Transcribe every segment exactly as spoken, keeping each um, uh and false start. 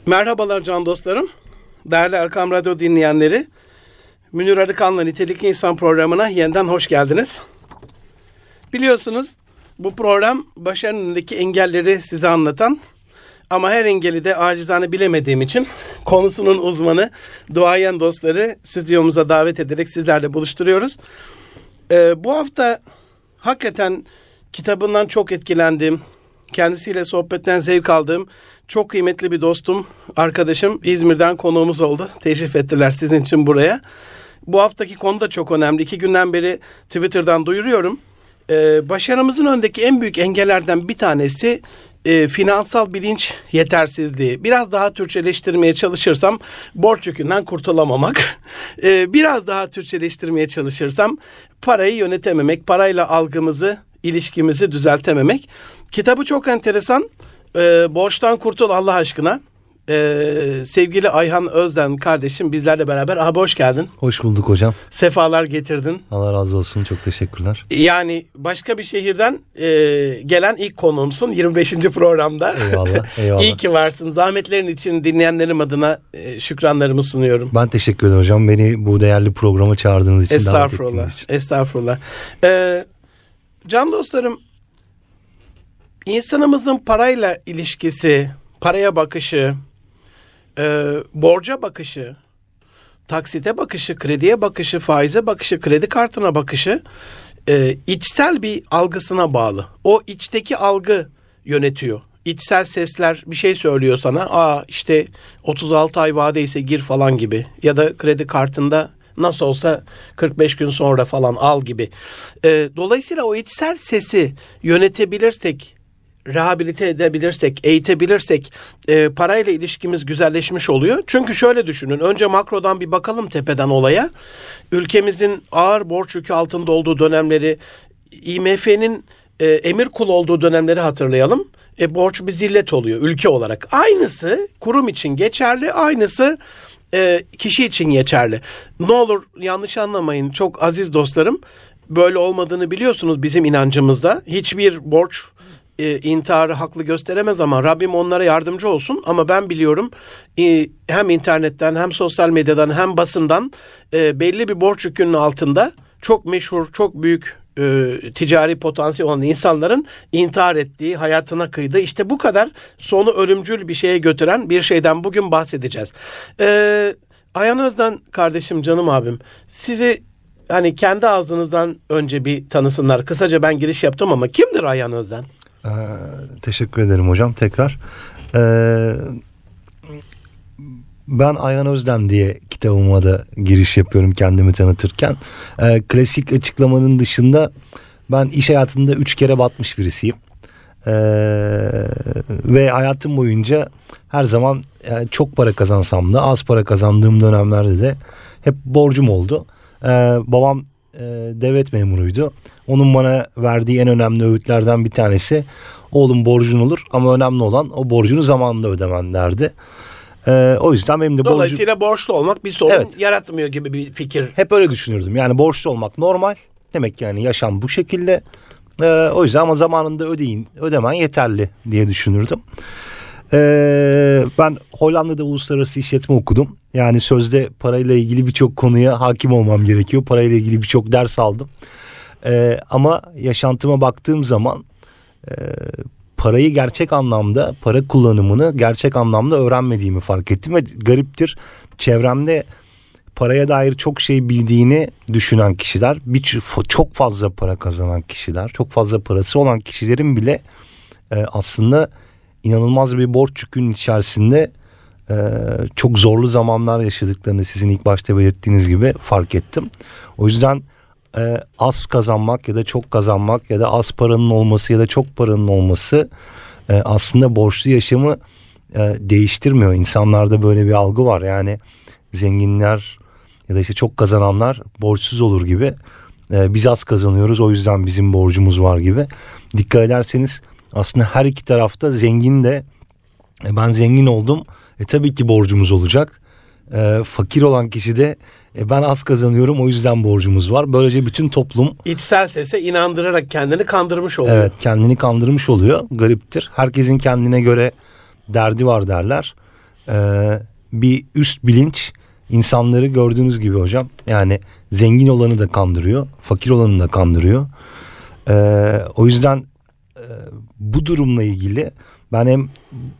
Merhabalar can dostlarım, değerli Erkam Radyo dinleyenleri. Münir Arıkan'la Nitelikli İnsan programına yeniden hoş geldiniz. Biliyorsunuz bu program başarının önündeki engelleri size anlatan ama her engeli de acizane bilemediğim için konusunun uzmanı, duayen dostları stüdyomuza davet ederek sizlerle buluşturuyoruz. Ee, bu hafta hakikaten kitabından çok etkilendim. Kendisiyle sohbetten zevk aldığım çok kıymetli bir dostum, arkadaşım İzmir'den konuğumuz oldu. Teşrif ettiler sizin için buraya. Bu haftaki konu da çok önemli. İki günden beri Twitter'dan duyuruyorum. Ee, başarımızın önündeki en büyük engellerden bir tanesi e, finansal bilinç yetersizliği. Biraz daha Türkçeleştirmeye çalışırsam borç yükünden kurtulamamak. Ee, biraz daha Türkçeleştirmeye çalışırsam parayı yönetememek, parayla algımızı, ilişkimizi düzeltememek. Kitabı çok enteresan. Ee, borçtan kurtul Allah aşkına. Ee, sevgili Ayhan Özden kardeşim bizlerle beraber. Abi hoş geldin. Hoş bulduk hocam. Sefalar getirdin. Allah razı olsun. Çok teşekkürler. Yani başka bir şehirden e, gelen ilk konuğumsun yirmi beşinci programda. Eyvallah. Eyvallah. İyi ki varsın. Zahmetlerin için dinleyenlerim adına e, şükranlarımı sunuyorum. Ben teşekkür ederim hocam. Beni bu değerli programa çağırdığınız için, davet ettiğiniz için. Estağfurullah. Ee, can dostlarım, İnsanımızın parayla ilişkisi, paraya bakışı, e, borca bakışı, taksite bakışı, krediye bakışı, faize bakışı, kredi kartına bakışı e, içsel bir algısına bağlı. O içteki algı yönetiyor. İçsel sesler bir şey söylüyor sana. Aa işte otuz altı ay vade ise gir falan gibi. Ya da kredi kartında nasıl olsa kırk beş gün sonra falan al gibi. E, dolayısıyla o içsel sesi yönetebilirsek, rehabilite edebilirsek, eğitebilirsek e, parayla ilişkimiz güzelleşmiş oluyor. Çünkü şöyle düşünün. Önce makrodan bir bakalım tepeden olaya. Ülkemizin ağır borç yükü altında olduğu dönemleri, I M F'nin e, emir kulu olduğu dönemleri hatırlayalım. E, borç bir zillet oluyor ülke olarak. Aynısı kurum için geçerli, aynısı e, kişi için geçerli. Ne olur yanlış anlamayın çok aziz dostlarım. Böyle olmadığını biliyorsunuz bizim inancımızda. Hiçbir borç E, intiharı haklı gösteremez ama Rabbim onlara yardımcı olsun. Ama ben biliyorum e, hem internetten hem sosyal medyadan hem basından e, belli bir borç yükünün altında çok meşhur, çok büyük e, ticari potansiyel olan insanların intihar ettiği, hayatına kıydığı, işte bu kadar sonu ölümcül bir şeye götüren bir şeyden bugün bahsedeceğiz. E, Ayhan Özden kardeşim, canım abim, sizi hani kendi ağzınızdan önce bir tanısınlar. Kısaca ben giriş yaptım ama kimdir Ayhan Özden? Ee, teşekkür ederim hocam tekrar. Ee, ben Ayhan Özden diye kitabıma da giriş yapıyorum kendimi tanıtırken. Ee, klasik açıklamanın dışında ben iş hayatında üç kere batmış birisiyim. Ee, ve hayatım boyunca her zaman yani çok para kazansam da az para kazandığım dönemlerde de hep borcum oldu. Ee, babam e, devlet memuruydu. Onun bana verdiği en önemli öğütlerden bir tanesi, oğlum borcun olur ama önemli olan o borcunu zamanında ödemen derdi. Ee, o yüzden benim de borcum... Dolayısıyla borçlu olmak bir sorun evet, yaratmıyor gibi bir fikir. Hep öyle düşünürdüm. Yani borçlu olmak normal. Demek yani yaşam bu şekilde. Ee, o yüzden ama zamanında ödeyin, ödemen yeterli diye düşünürdüm. Ee, ben Hollanda'da uluslararası işletme okudum. Yani sözde parayla ilgili birçok konuya hakim olmam gerekiyor. Parayla ilgili birçok ders aldım. Ee, ama yaşantıma baktığım zaman e, parayı gerçek anlamda, para kullanımını gerçek anlamda öğrenmediğimi fark ettim ve gariptir, çevremde paraya dair çok şey bildiğini düşünen kişiler, bir, çok fazla para kazanan kişiler, çok fazla parası olan kişilerin bile e, aslında inanılmaz bir borç yükünün içerisinde e, çok zorlu zamanlar yaşadıklarını sizin ilk başta belirttiğiniz gibi fark ettim. O yüzden e, az kazanmak ya da çok kazanmak ya da az paranın olması ya da çok paranın olması e, aslında borçlu yaşamı e, değiştirmiyor. İnsanlarda böyle bir algı var. Yani zenginler ya da işte çok kazananlar borçsuz olur gibi. E, biz az kazanıyoruz, o yüzden bizim borcumuz var gibi. Dikkat ederseniz aslında her iki tarafta zengin de e, ben zengin oldum, e, tabii ki borcumuz olacak. E, fakir olan kişi de e, ben az kazanıyorum, o yüzden borcumuz var. Böylece bütün toplum içsel sese inandırarak kendini kandırmış oluyor. Evet, kendini kandırmış oluyor. Gariptir. Herkesin kendine göre derdi var derler. Ee, bir üst bilinç insanları gördüğünüz gibi hocam. Yani zengin olanı da kandırıyor, fakir olanı da kandırıyor. Ee, o yüzden e, bu durumla ilgili ben hem e,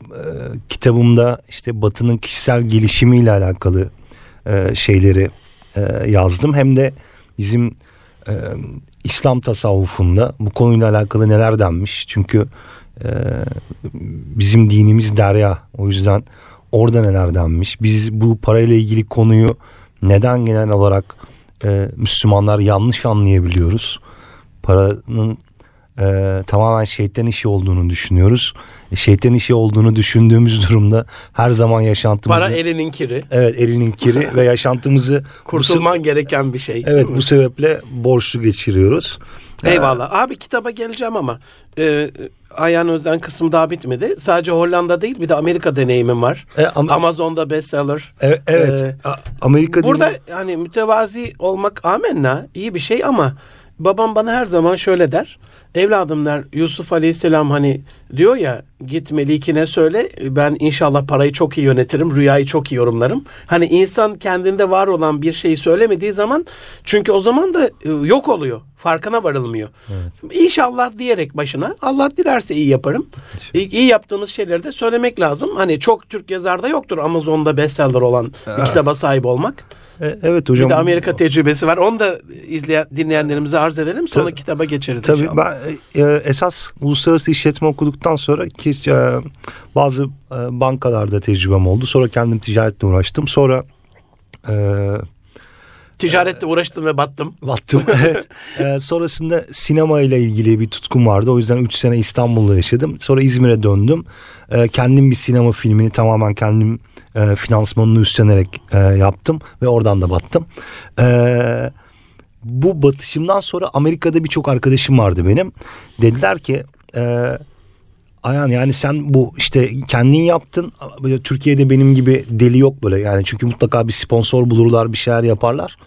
kitabımda işte Batı'nın kişisel gelişimiyle alakalı e, şeyleri e, yazdım. Hem de bizim e, İslam tasavvufunda bu konuyla alakalı neler denmiş. Çünkü e, bizim dinimiz derya. O yüzden orada neler denmiş. Biz bu parayla ilgili konuyu neden genel olarak e, Müslümanlar yanlış anlayabiliyoruz. Paranın e, tamamen şeytan işi olduğunu düşünüyoruz. E, şeytan işi olduğunu düşündüğümüz durumda her zaman yaşantımızı... Para elinin kiri. Evet, elinin kiri ve yaşantımızı... Kurtulman gereken bir şey. Evet, bu sebeple borçlu geçiriyoruz. Eyvallah. Abi kitaba geleceğim ama e, Ayhan Özden kısmı daha bitmedi. Sadece Hollanda değil, bir de Amerika deneyimim var. E, ama, Amazon'da bestseller. Evet. evet Ee, Amerika burada değil. hani mütevazi olmak amenna iyi bir şey ama babam bana her zaman şöyle der. Evladım der, Yusuf Aleyhisselam hani diyor ya, git melikine söyle, ben inşallah parayı çok iyi yönetirim, rüyayı çok iyi yorumlarım. Hani insan kendinde var olan bir şeyi söylemediği zaman, çünkü o zaman da yok oluyor. Farkına varılmıyor. Evet. İnşallah diyerek başına, Allah dilerse iyi yaparım. İyi, iyi yaptığınız şeyleri de söylemek lazım. Hani çok Türk yazarda yoktur Amazon'da bestseller olan bir kitaba sahip olmak. Evet hocam. Bir de Amerika tecrübesi var. Onu da izleyen dinleyenlerimize arz edelim. Sonra tabii, kitaba geçeriz tabii inşallah. Ben e, esas uluslararası işletme okuduktan sonra ki e, bazı e, bankalarda tecrübem oldu. Sonra kendim ticaretle uğraştım. Sonra e, ticaretle uğraştım ve battım. Battım. Evet. e, sonrasında sinema ile ilgili bir tutkum vardı. O yüzden üç sene İstanbul'da yaşadım. Sonra İzmir'e döndüm. E, kendim bir sinema filmini tamamen kendim e, finansmanını üstlenerek e, yaptım ve oradan da battım. E, bu batışımdan sonra Amerika'da birçok arkadaşım vardı benim. Dediler ki e, Ayhan, yani sen bu işte kendin yaptın. Böyle Türkiye'de benim gibi deli yok böyle. Yani çünkü mutlaka bir sponsor bulurlar, bir şeyler yaparlar.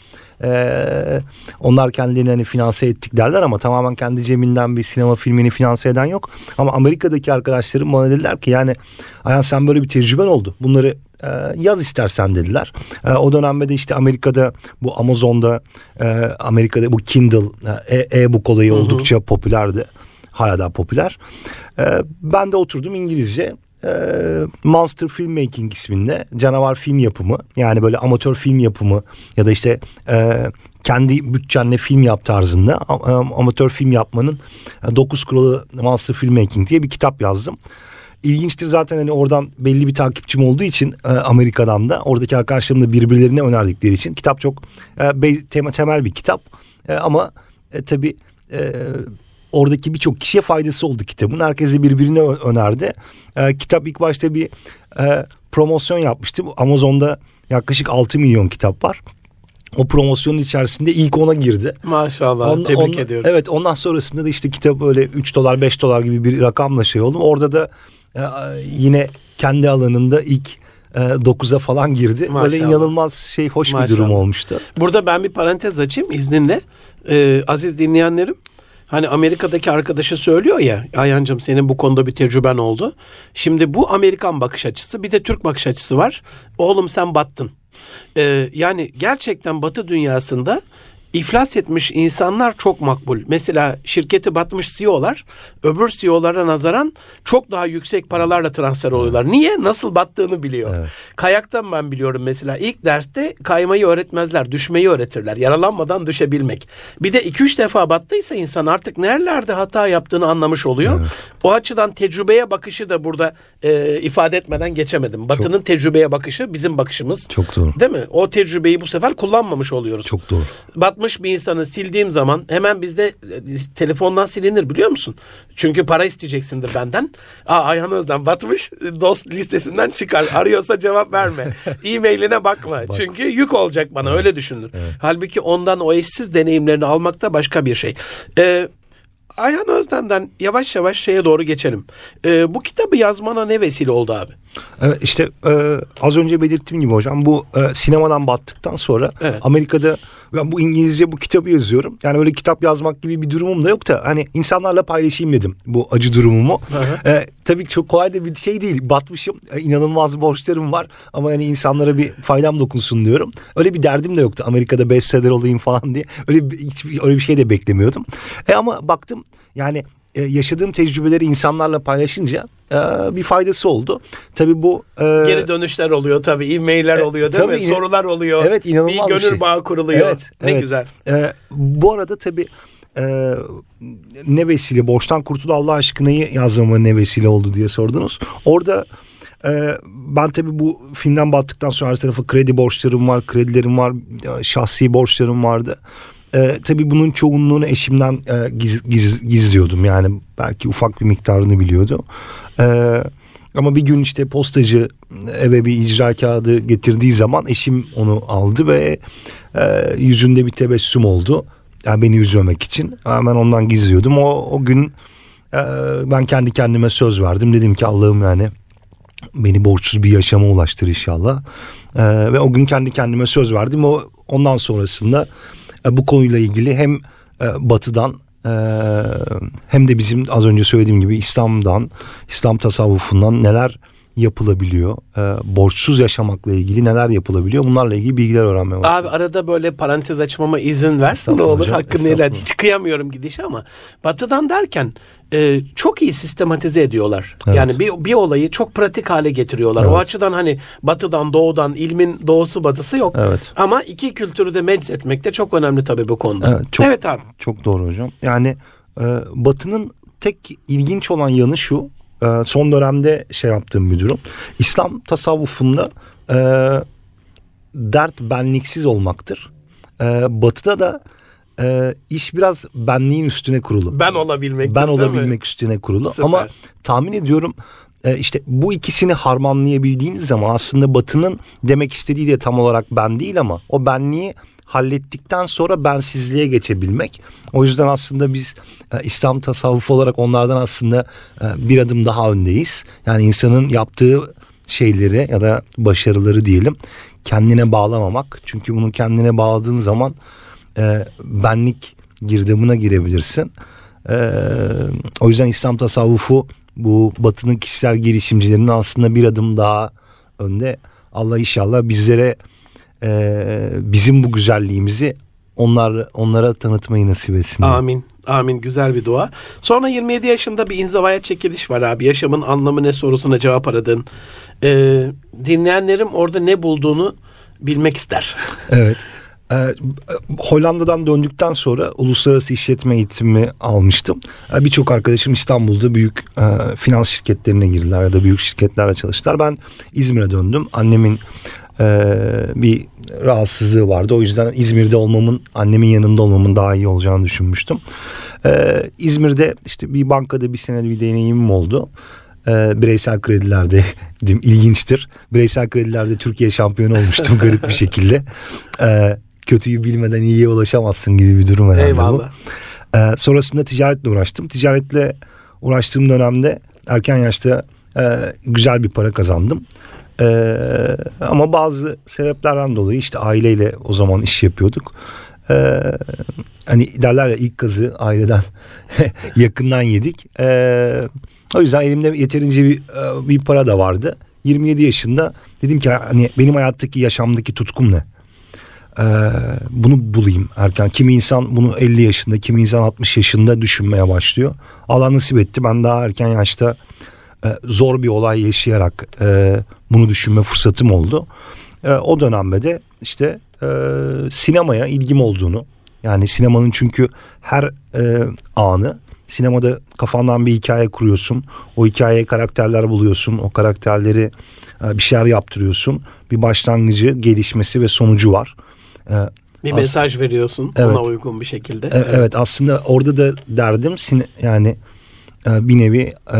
Ee, onlar kendilerini hani finanse ettik derler ama tamamen kendi cebinden bir sinema filmini finanse eden yok. Ama Amerika'daki arkadaşlarım bana dediler ki yani Ayhan, sen böyle bir tecrüben oldu. Bunları e, yaz istersen dediler. E, o dönemde de işte Amerika'da bu Amazon'da e, Amerika'da bu Kindle e, e-book olayı oldukça hı hı. popülerdi. Hala daha popüler. Ee, ben de oturdum İngilizce e, Monster Filmmaking isminde canavar film yapımı, yani böyle amatör film yapımı ya da işte e, kendi bütçenle film yap tarzında a, amatör film yapmanın dokuz kuralı Monster Filmmaking diye bir kitap yazdım. İlginçtir zaten, hani oradan belli bir takipçim olduğu için e, Amerika'dan da oradaki arkadaşlarım da birbirlerine önerdikleri için kitap çok e, be, tema, temel bir kitap e, ama e, tabii e, oradaki birçok kişiye faydası oldu kitabın. Herkese birbirine önerdi. E, kitap ilk başta bir e, promosyon yapmıştı. Amazon'da yaklaşık altı milyon kitap var. O promosyonun içerisinde ilk ona girdi. Maşallah, on, tebrik on, ediyorum. Evet, ondan sonrasında da işte kitap öyle üç dolar beş dolar gibi bir rakamla şey oldu. Orada da e, yine kendi alanında ilk e, dokuza falan girdi. Maşallah. Böyle inanılmaz şey, hoş Maşallah. bir durum olmuştu. Burada ben bir parantez açayım izninle. Ee, aziz dinleyenlerim. Hani Amerika'daki arkadaşı söylüyor ya, Ayhancığım senin bu konuda bir tecrüben oldu. Şimdi bu Amerikan bakış açısı, bir de Türk bakış açısı var. Oğlum sen battın. Ee, yani gerçekten Batı dünyasında iflas etmiş insanlar çok makbul. Mesela şirketi batmış C E O'lar öbür C E O'lara nazaran çok daha yüksek paralarla transfer oluyorlar. Niye? Nasıl battığını biliyor. Evet. Kayaktan ben biliyorum mesela, ilk derste kaymayı öğretmezler, düşmeyi öğretirler. Yaralanmadan düşebilmek. Bir de iki üç defa battıysa insan artık nerelerde hata yaptığını anlamış oluyor. Evet. O açıdan tecrübeye bakışı da burada e, ifade etmeden geçemedim. Batı'nın çok, tecrübeye bakışı bizim bakışımız. Çok doğru. Değil mi? O tecrübeyi bu sefer kullanmamış oluyoruz. Çok doğru. Batmış bir insanı sildiğim zaman hemen bizde telefondan silinir, biliyor musun? Çünkü para isteyeceksindir benden. Aa, Ayhan Özden batmış, dost listesinden çıkar. Arıyorsa cevap verme. E-mailine bakma. Bak. Çünkü yük olacak bana, evet. öyle düşünülür. Evet. Halbuki ondan o eşsiz deneyimlerini almak da başka bir şey. Ee, Ayhan Özden'den yavaş yavaş şeye doğru geçelim. Ee, bu kitabı yazmana ne vesile oldu abi? Evet, işte e, az önce belirttiğim gibi hocam, bu e, sinemadan battıktan sonra evet. Amerika'da ben bu İngilizce bu kitabı yazıyorum. Yani öyle kitap yazmak gibi bir durumum da yok da hani insanlarla paylaşayım dedim bu acı durumumu. E, tabii çok kolay da bir şey değil. Batmışım. E, inanılmaz borçlarım var ama hani insanlara bir faydam dokunsun diyorum. Öyle bir derdim de yoktu. Amerika'da bestseller olayım falan diye. Öyle bir, hiç, öyle bir şey de beklemiyordum. E, ama baktım yani e, yaşadığım tecrübeleri insanlarla paylaşınca e, bir faydası oldu. Tabii bu e, geri dönüşler oluyor tabii, e-mailler e, oluyor değil mi? in- Sorular oluyor. Evet, inanılmaz bir gönül bir şey. bağı kuruluyor. Evet, ne evet. güzel. E, bu arada tabii e, ne vesile borçtan kurtul Allah aşkına'yı yazmama ne vesile oldu diye sordunuz. Orada e, ben tabii bu filmden battıktan sonra her tarafı kredi borçlarım var, kredilerim var, şahsi borçlarım vardı. Ee, tabii bunun çoğunluğunu eşimden e, giz, giz, gizliyordum. Yani belki ufak bir miktarını biliyordu. Ee, ama bir gün işte postacı eve bir icra kağıdı getirdiği zaman eşim onu aldı ve e, yüzünde bir tebessüm oldu. Yani beni üzmemek için. Ben ondan gizliyordum. O, o gün e, ben kendi kendime söz verdim. Dedim ki Allah'ım yani beni borçsuz bir yaşama ulaştır inşallah. E, ve o gün kendi kendime söz verdim. O ondan sonrasında bu konuyla ilgili hem Batı'dan hem de bizim az önce söylediğim gibi İslam'dan, İslam tasavvufundan neler yapılabiliyor, borçsuz yaşamakla ilgili neler yapılabiliyor, bunlarla ilgili bilgiler öğrenmeye başladım. Abi arada böyle parantez açmama izin ver, ne olur hakkını helal. Hiç kıyamıyorum gidişe ama Batı'dan derken e, çok iyi sistematize ediyorlar. Evet. Yani bir, bir olayı çok pratik hale getiriyorlar. Evet. O açıdan hani Batı'dan Doğu'dan, ilmin doğusu batısı yok. Evet. Ama iki kültürü de meclis etmek de çok önemli tabii bu konuda. Evet, çok, evet abi. Çok doğru hocam. Yani e, Batı'nın tek ilginç olan yanı şu. Son dönemde şey yaptığım bir durum. İslam tasavvufunda e, dert benliksiz olmaktır. E, batı'da da e, iş biraz benliğin üstüne kurulu. Ben olabilmek. Ben olabilmek üstüne kurulu. Süper. Ama tahmin ediyorum e, işte bu ikisini harmanlayabildiğiniz zaman aslında Batı'nın demek istediği de tam olarak ben değil ama o benliği hallettikten sonra bensizliğe geçebilmek. O yüzden aslında biz e, İslam tasavvufu olarak onlardan aslında e, bir adım daha öndeyiz. Yani insanın yaptığı şeyleri ya da başarıları diyelim kendine bağlamamak. Çünkü bunu kendine bağladığın zaman e, benlik girdabına girebilirsin. E, o yüzden İslam tasavvufu bu Batı'nın kişisel girişimcilerinin aslında bir adım daha önde. Allah inşallah bizlere Ee, bizim bu güzelliğimizi onlar onlara tanıtmayı nasip etsin. Amin. Amin. Güzel bir dua. Sonra yirmi yedi yaşında bir inzivaya çekiliş var abi. Yaşamın anlamı ne sorusuna cevap aradın. Ee, dinleyenlerim orada ne bulduğunu bilmek ister. Evet. Ee, Hollanda'dan döndükten sonra uluslararası işletme eğitimi almıştım. Ee, Birçok arkadaşım İstanbul'da büyük e, finans şirketlerine girdiler ya da büyük şirketlerle çalıştılar. Ben İzmir'e döndüm. Annemin Ee, bir rahatsızlığı vardı. O yüzden İzmir'de olmamın, annemin yanında olmamın daha iyi olacağını düşünmüştüm. Ee, İzmir'de işte bir bankada bir sene bir deneyimim oldu. Ee, bireysel kredilerde diyeyim, ilginçtir. Bireysel kredilerde Türkiye şampiyonu olmuştum garip bir şekilde. Ee, kötüyü bilmeden iyiye ulaşamazsın gibi bir durum herhalde. Eyvallah. bu. Ee, sonrasında ticaretle uğraştım. Ticaretle uğraştığım dönemde erken yaşta e, güzel bir para kazandım. Ee, ama bazı sebeplerden dolayı işte aileyle o zaman iş yapıyorduk. Ee, hani derler ya ilk gazı aileden yakından yedik. Ee, o yüzden elimde yeterince bir, bir para da vardı. yirmi yedi yaşında dedim ki hani benim hayattaki yaşamdaki tutkum ne? Ee, bunu bulayım erken. Kimi insan bunu elli yaşında, kimi insan altmış yaşında düşünmeye başlıyor. Allah nasip etti. Ben daha erken yaşta zor bir olay yaşayarak e, bunu düşünme fırsatım oldu. E, o dönemde de işte e, sinemaya ilgim olduğunu, yani sinemanın çünkü her e, anı, sinemada kafandan bir hikaye kuruyorsun. O hikayeye karakterler buluyorsun. O karakterleri e, bir şeyler yaptırıyorsun. Bir başlangıcı, gelişmesi ve sonucu var. E, bir mesaj As- veriyorsun evet. Ona uygun bir şekilde. E, evet. evet aslında orada da derdim sine, yani e, bir nevi e,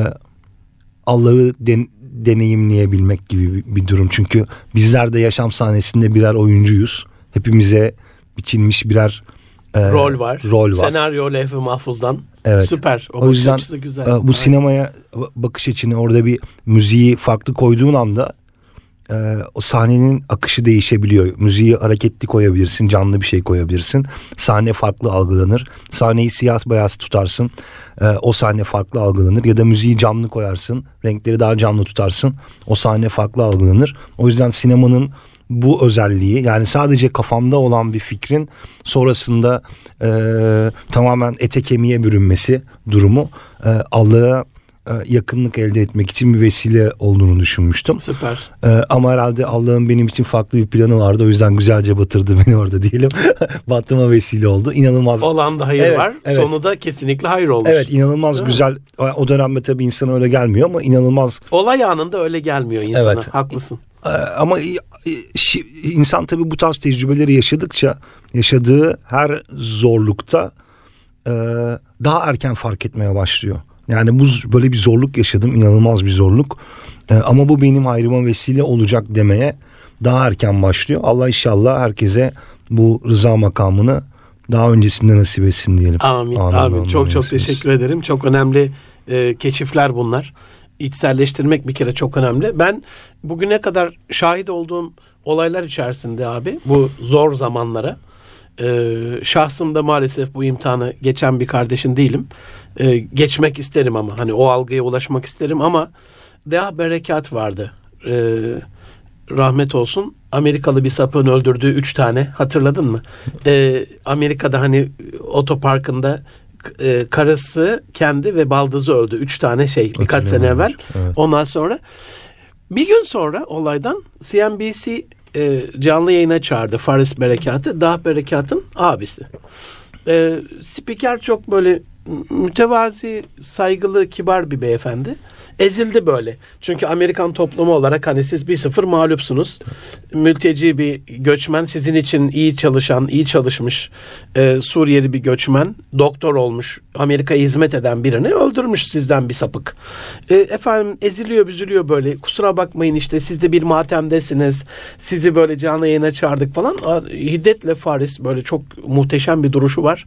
Allah'ı den, deneyimleyebilmek gibi bir, bir durum. Çünkü bizler de yaşam sahnesinde birer oyuncuyuz. Hepimize biçilmiş birer e, rol var. Rol var. Senaryo levh-i mahfuzdan. Evet. Süper. O, o yüzden güzel. bu evet. sinemaya bakış açını orada bir müziği farklı koyduğun anda e, o sahnenin akışı değişebiliyor. Müziği hareketli koyabilirsin, canlı bir şey koyabilirsin. Sahne farklı algılanır. Sahneyi siyah beyaz tutarsın. E, o sahne farklı algılanır. Ya da müziği canlı koyarsın. Renkleri daha canlı tutarsın. O sahne farklı algılanır. O yüzden sinemanın bu özelliği, yani sadece kafamda olan bir fikrin sonrasında e, tamamen ete kemiğe bürünmesi durumu e, Allah'a e, yakınlık elde etmek için bir vesile olduğunu düşünmüştüm. Süper. E, ama herhalde Allah'ın benim için farklı bir planı vardı. O yüzden güzelce batırdı beni orada diyelim. Battıma vesile oldu. İnanılmaz. Olan da hayır evet, var. Evet. Sonu da kesinlikle hayır olmuş. Evet, inanılmaz Değil güzel. Mi? O dönemde tabii insana öyle gelmiyor ama inanılmaz. Olay anında öyle gelmiyor insana. Evet. Haklısın. Ama insan tabii bu tarz tecrübeleri yaşadıkça, yaşadığı her zorlukta daha erken fark etmeye başlıyor. Yani bu böyle bir zorluk yaşadım, inanılmaz bir zorluk. Ama bu benim hayrıma vesile olacak demeye daha erken başlıyor. Allah inşallah herkese bu rıza makamını daha öncesinde nasip etsin diyelim. Amin. Amin. Amin. Çok çok teşekkür ederim. Çok önemli e, keşifler bunlar. İçselleştirmek bir kere çok önemli. Ben bugüne kadar şahit olduğum olaylar içerisinde abi, bu zor zamanlara, e, şahsımda maalesef bu imtihanı geçen bir kardeşin değilim. E, geçmek isterim ama hani o algıya ulaşmak isterim ama Deha Berekat vardı. E, rahmet olsun. Amerikalı bir sapığın öldürdüğü üç tane, hatırladın mı? E, Amerika'da hani otoparkında e, karısı, kendi ve baldızı öldü. Üç tane şey birkaç sene evvel. Evet. Ondan sonra bir gün sonra olaydan C N B C e, canlı yayına çağırdı Faris Berekat'ı. Deha Berekat'ın abisi. E, spiker çok böyle mütevazi, saygılı, kibar bir beyefendi. Ezildi böyle. Çünkü Amerikan toplumu olarak hani siz bir sıfır mağlupsunuz. Mülteci bir göçmen, sizin için iyi çalışan, iyi çalışmış e, Suriyeli bir göçmen, doktor olmuş, Amerika'ya hizmet eden birini öldürmüş sizden bir sapık. E, efendim eziliyor, büzülüyor böyle. Kusura bakmayın işte siz de bir matemdesiniz. Sizi böyle canlı yayına çağırdık falan. Hiddetle Faris, böyle çok muhteşem bir duruşu var.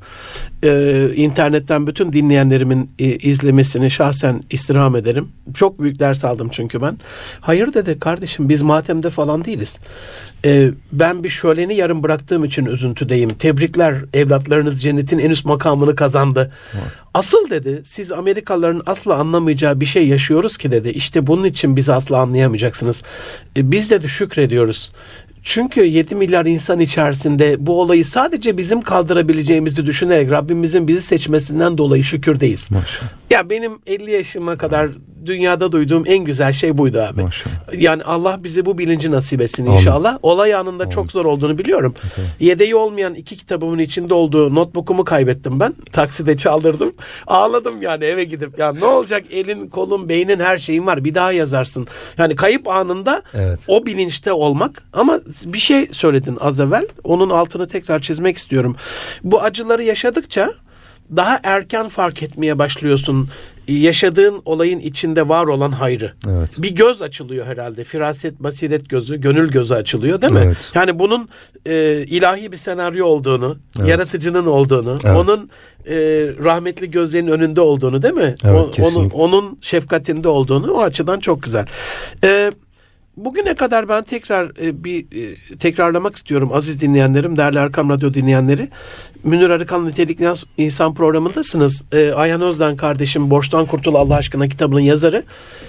E, internetten bütün dinleyenlerimin e, izlemesini şahsen istirham ederim. Çok büyük ders aldım çünkü ben. Hayır dedi kardeşim, biz matemde falan değiliz. Ee, ben bir şöleni yarım bıraktığım için üzüntüdeyim. Tebrikler, evlatlarınız cennetin en üst makamını kazandı. Evet. Asıl dedi, siz Amerikalıların asla anlamayacağı bir şey yaşıyoruz ki dedi. İşte bunun için bizi asla anlayamayacaksınız. Ee, biz dedi şükrediyoruz. Çünkü yedi milyar insan içerisinde bu olayı sadece bizim kaldırabileceğimizi düşünerek Rabbimizin bizi seçmesinden dolayı şükürdeyiz. Maşallah. Ya benim elli yaşıma kadar dünyada duyduğum en güzel şey buydu abi. Maşallah. Yani Allah bize bu bilinci nasip etsin inşallah. Amin. Olay anında Amin. Çok zor olduğunu biliyorum. Evet. Yedeği olmayan iki kitabımın içinde olduğu notebook'umu kaybettim ben. Takside çaldırdım. Ağladım yani eve gidip. Ya ne olacak, elin, kolun, beynin, her şeyin var. Bir daha yazarsın. Yani kayıp anında evet. O bilinçte olmak. Ama bir şey söyledin az evvel. Onun altını tekrar çizmek istiyorum. Bu acıları yaşadıkça daha erken fark etmeye başlıyorsun yaşadığın olayın içinde var olan hayrı. Evet. Bir göz açılıyor herhalde. Firaset, basiret gözü, gönül gözü açılıyor değil mi? Evet. Yani bunun e, ilahi bir senaryo olduğunu, evet. Yaratıcının olduğunu, evet. Onun e, rahmetli gözlerinin önünde olduğunu değil mi? Evet, o, onun, onun şefkatinde olduğunu, o açıdan çok güzel. Evet. Bugüne kadar ben tekrar e, bir e, tekrarlamak istiyorum aziz dinleyenlerim, değerli Erkam Radyo dinleyenleri. Münir Arıkan Nitelikli İnsan programındasınız. E, Ayhan Özden kardeşim, Borçtan Kurtul Allah Aşkına kitabının yazarı.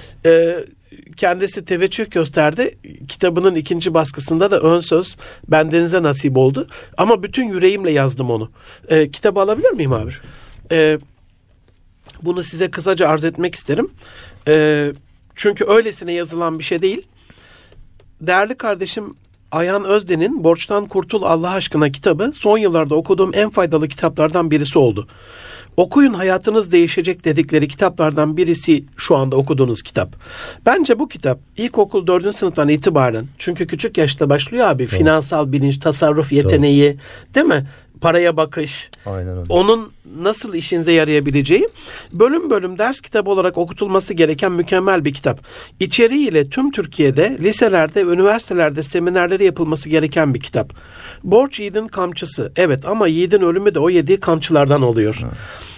E, kendisi teveccüh gösterdi. Kitabının ikinci baskısında da ön söz bendenize nasip oldu. Ama bütün yüreğimle yazdım onu. E, kitabı alabilir miyim abi? E, bunu size kısaca arz etmek isterim. E, çünkü öylesine yazılan bir şey değil. Değerli kardeşim Ayhan Özden'in Borçtan Kurtul Allah Aşkına kitabı son yıllarda okuduğum en faydalı kitaplardan birisi oldu. Okuyun hayatınız değişecek dedikleri kitaplardan birisi şu anda okuduğunuz kitap. Bence bu kitap ilkokul dördüncü sınıftan itibaren, çünkü küçük yaşta başlıyor abi, evet. Finansal bilinç, tasarruf yeteneği, evet. Değil mi? Paraya bakış, aynen öyle. Onun nasıl işinize yarayabileceği bölüm bölüm ders kitabı olarak okutulması gereken mükemmel bir kitap. İçeriğiyle tüm Türkiye'de liselerde, üniversitelerde seminerleri yapılması gereken bir kitap. Borç yiğidin kamçısı. Evet, ama yiğidin ölümü de o yediği kamçılardan oluyor. Evet.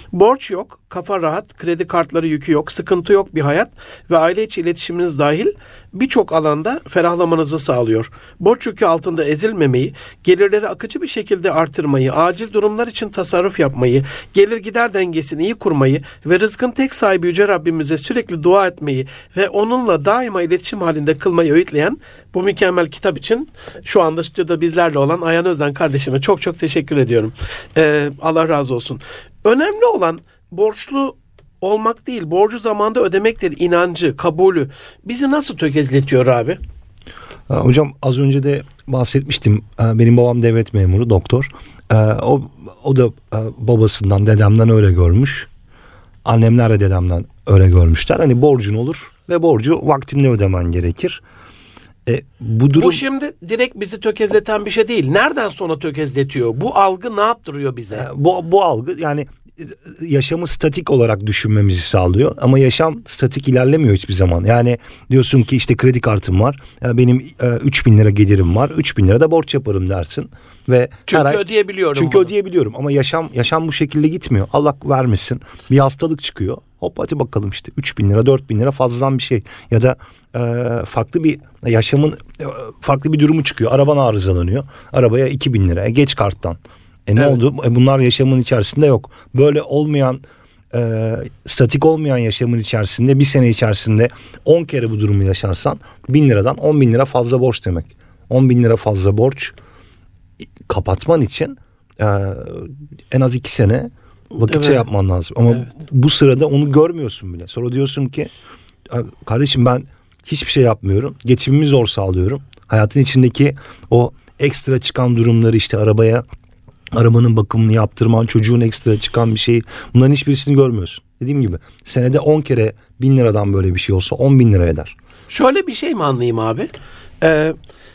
Borç yok, kafa rahat, kredi kartları yükü yok, sıkıntı yok bir hayat ve aile içi iletişiminiz dahil birçok alanda ferahlamanızı sağlıyor. Borç yükü altında ezilmemeyi, gelirleri akıcı bir şekilde artırmayı, acil durumlar için tasarruf yapmayı, gelir gider dengesini iyi kurmayı ve rızkın tek sahibi Yüce Rabbimize sürekli dua etmeyi ve onunla daima iletişim halinde kılmayı öğütleyen bu mükemmel kitap için şu anda stüdyoda bizlerle olan Ayhan Özden kardeşime çok çok teşekkür ediyorum. Ee, Allah razı olsun. Önemli olan borçlu olmak değil, borcu zamanında ödemektir inancı, kabulü. Bizi nasıl tökezletiyor abi? Hocam az önce de bahsetmiştim. Benim babam devlet memuru, doktor. O, o da babasından, dedemden öyle görmüş. Annemler de dedemden öyle görmüşler. Hani borcun olur ve borcu vaktinde ödemen gerekir. E, bu durum... Bu şimdi direkt bizi tökezleten bir şey değil. Nereden sonra tökezletiyor? Bu algı ne yaptırıyor bize? E, bu, bu algı yani yaşamı statik olarak düşünmemizi sağlıyor. Ama yaşam statik ilerlemiyor hiçbir zaman. Yani diyorsun ki işte kredi kartım var. Benim üç bin lira gelirim var. üç bin lira da borç yaparım dersin. Ve çünkü ay, ödeyebiliyorum. Çünkü bunu. ödeyebiliyorum. Ama yaşam yaşam bu şekilde gitmiyor. Allah vermesin. Bir hastalık çıkıyor. Hop hadi bakalım işte üç bin lira dört bin lira fazladan bir şey. Ya da e, farklı bir yaşamın e, farklı bir durumu çıkıyor. Araban arızalanıyor. Arabaya iki bin lira. E, geç karttan. E ne evet. oldu? E bunlar yaşamın içerisinde yok. Böyle olmayan, e, statik olmayan yaşamın içerisinde bir sene içerisinde on kere bu durumu yaşarsan bin liradan on bin lira fazla borç demek. on bin lira fazla borç kapatman için e, en az iki sene vakit evet. şey yapman lazım. Ama evet. bu sırada onu görmüyorsun bile. Sonra diyorsun ki kardeşim ben hiçbir şey yapmıyorum. Geçimimi zor sağlıyorum. Hayatın içindeki o ekstra çıkan durumları işte arabaya arabanın bakımını yaptırman, çocuğun ekstra çıkan bir şey. Bunların hiçbirisini görmüyorsun. Dediğim gibi senede on kere bin liradan böyle bir şey olsa on bin lira eder. Şöyle bir şey mi anlayayım abi? Ee,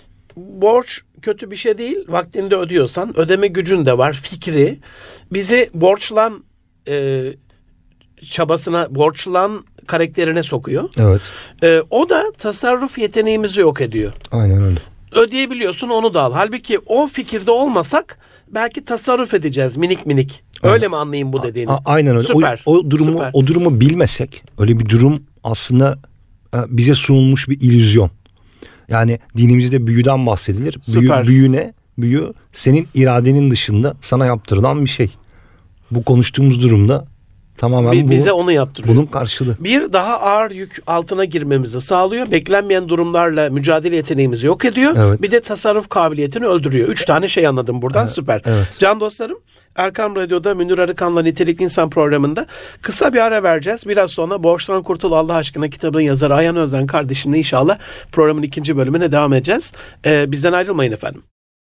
borç kötü bir şey değil. Vaktinde ödüyorsan ödeme gücün de var. Fikri bizi borçlan e, çabasına, borçlan karakterine sokuyor. Evet. Ee, o da tasarruf yeteneğimizi yok ediyor. Aynen öyle. Ödeyebiliyorsun onu da al. Halbuki o fikirde olmasak belki tasarruf edeceğiz minik minik. Öyle Aynen. mi anlayayım bu dediğini? A- aynen öyle. Süper. O, o durumu Süper. o durumu bilmesek, öyle bir durum aslında bize sunulmuş bir illüzyon. Yani dinimizde büyüden bahsedilir. Büyü, büyü ne? Büyü senin iradenin dışında sana yaptırılan bir şey. Bu konuştuğumuz durumda tamamen B- bu, bize onu yaptırıyor. Bunun karşılığı. Bir daha ağır yük altına girmemizi sağlıyor. Beklenmeyen durumlarla mücadele yeteneğimizi yok ediyor. Evet. Bir de tasarruf kabiliyetini öldürüyor. Üç tane şey anladım buradan. Evet. Süper. Evet. Can dostlarım, Erkam Radyo'da Münir Arıkan'la Nitelikli İnsan programında kısa bir ara vereceğiz. Biraz sonra Borçtan Kurtul Allah Aşkına kitabının yazarı Ayhan Özden kardeşimle inşallah programın ikinci bölümüne devam edeceğiz. Ee, bizden ayrılmayın efendim.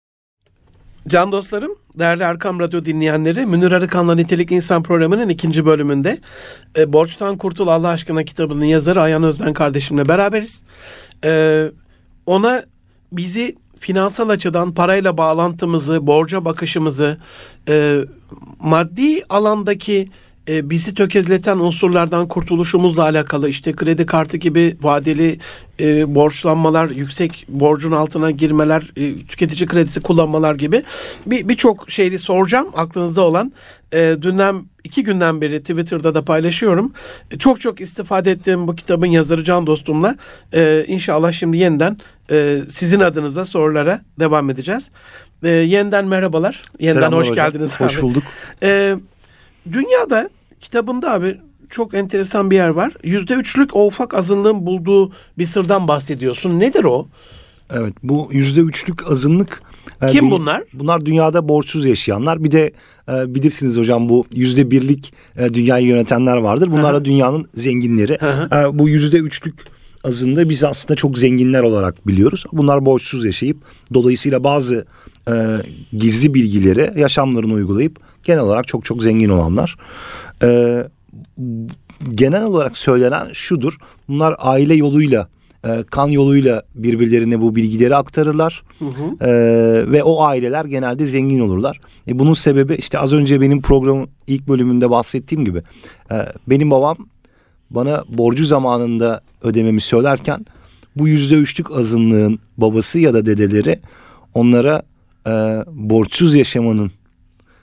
Can dostlarım, değerli Erkam Radyo dinleyenleri, Münir Arıkan'la Nitelikli İnsan programının ikinci bölümünde e, Borçtan Kurtul Allah Aşkına kitabının yazarı Ayhan Özden kardeşimle beraberiz. E, ona bizi finansal açıdan parayla bağlantımızı, borca bakışımızı, e, maddi alandaki e, bizi tökezleten unsurlardan kurtuluşumuzla alakalı işte kredi kartı gibi vadeli e, borçlanmalar, yüksek borcun altına girmeler, e, tüketici kredisi kullanmalar gibi bir birçok şeyi soracağım aklınızda olan. E, dünden iki günden beri Twitter'da da paylaşıyorum. E, çok çok istifade ettiğim bu kitabın yazarı Can dostumla e, inşallah şimdi yeniden e, sizin adınıza sorulara devam edeceğiz. E, yeniden merhabalar. Yeniden Selamlar hoş hocam. geldiniz. Hoş abi. bulduk. E, dünyada kitabında abi çok enteresan bir yer var. Yüzde üçlük o ufak azınlığın bulduğu bir sırdan bahsediyorsun. Nedir o? Evet, bu yüzde üçlük azınlık. Kim e, bunlar? Bunlar dünyada borçsuz yaşayanlar. Bir de e, bilirsiniz hocam bu yüzde birlik e, dünyayı yönetenler vardır. Bunlar da dünyanın zenginleri. E, bu yüzde üçlük azınlığı biz aslında çok zenginler olarak biliyoruz. Bunlar borçsuz yaşayıp dolayısıyla bazı e, gizli bilgileri yaşamlarına uygulayıp genel olarak çok çok zengin olanlar. E, genel olarak söylenen şudur. Bunlar aile yoluyla, e, kan yoluyla birbirlerine bu bilgileri aktarırlar. Hı hı. E, ve o aileler genelde zengin olurlar. E, bunun sebebi işte az önce benim programın ilk bölümünde bahsettiğim gibi. E, benim babam bana borcu zamanında ödememi söylerken bu yüzde üçlük azınlığın babası ya da dedeleri onlara e, borçsuz yaşamanın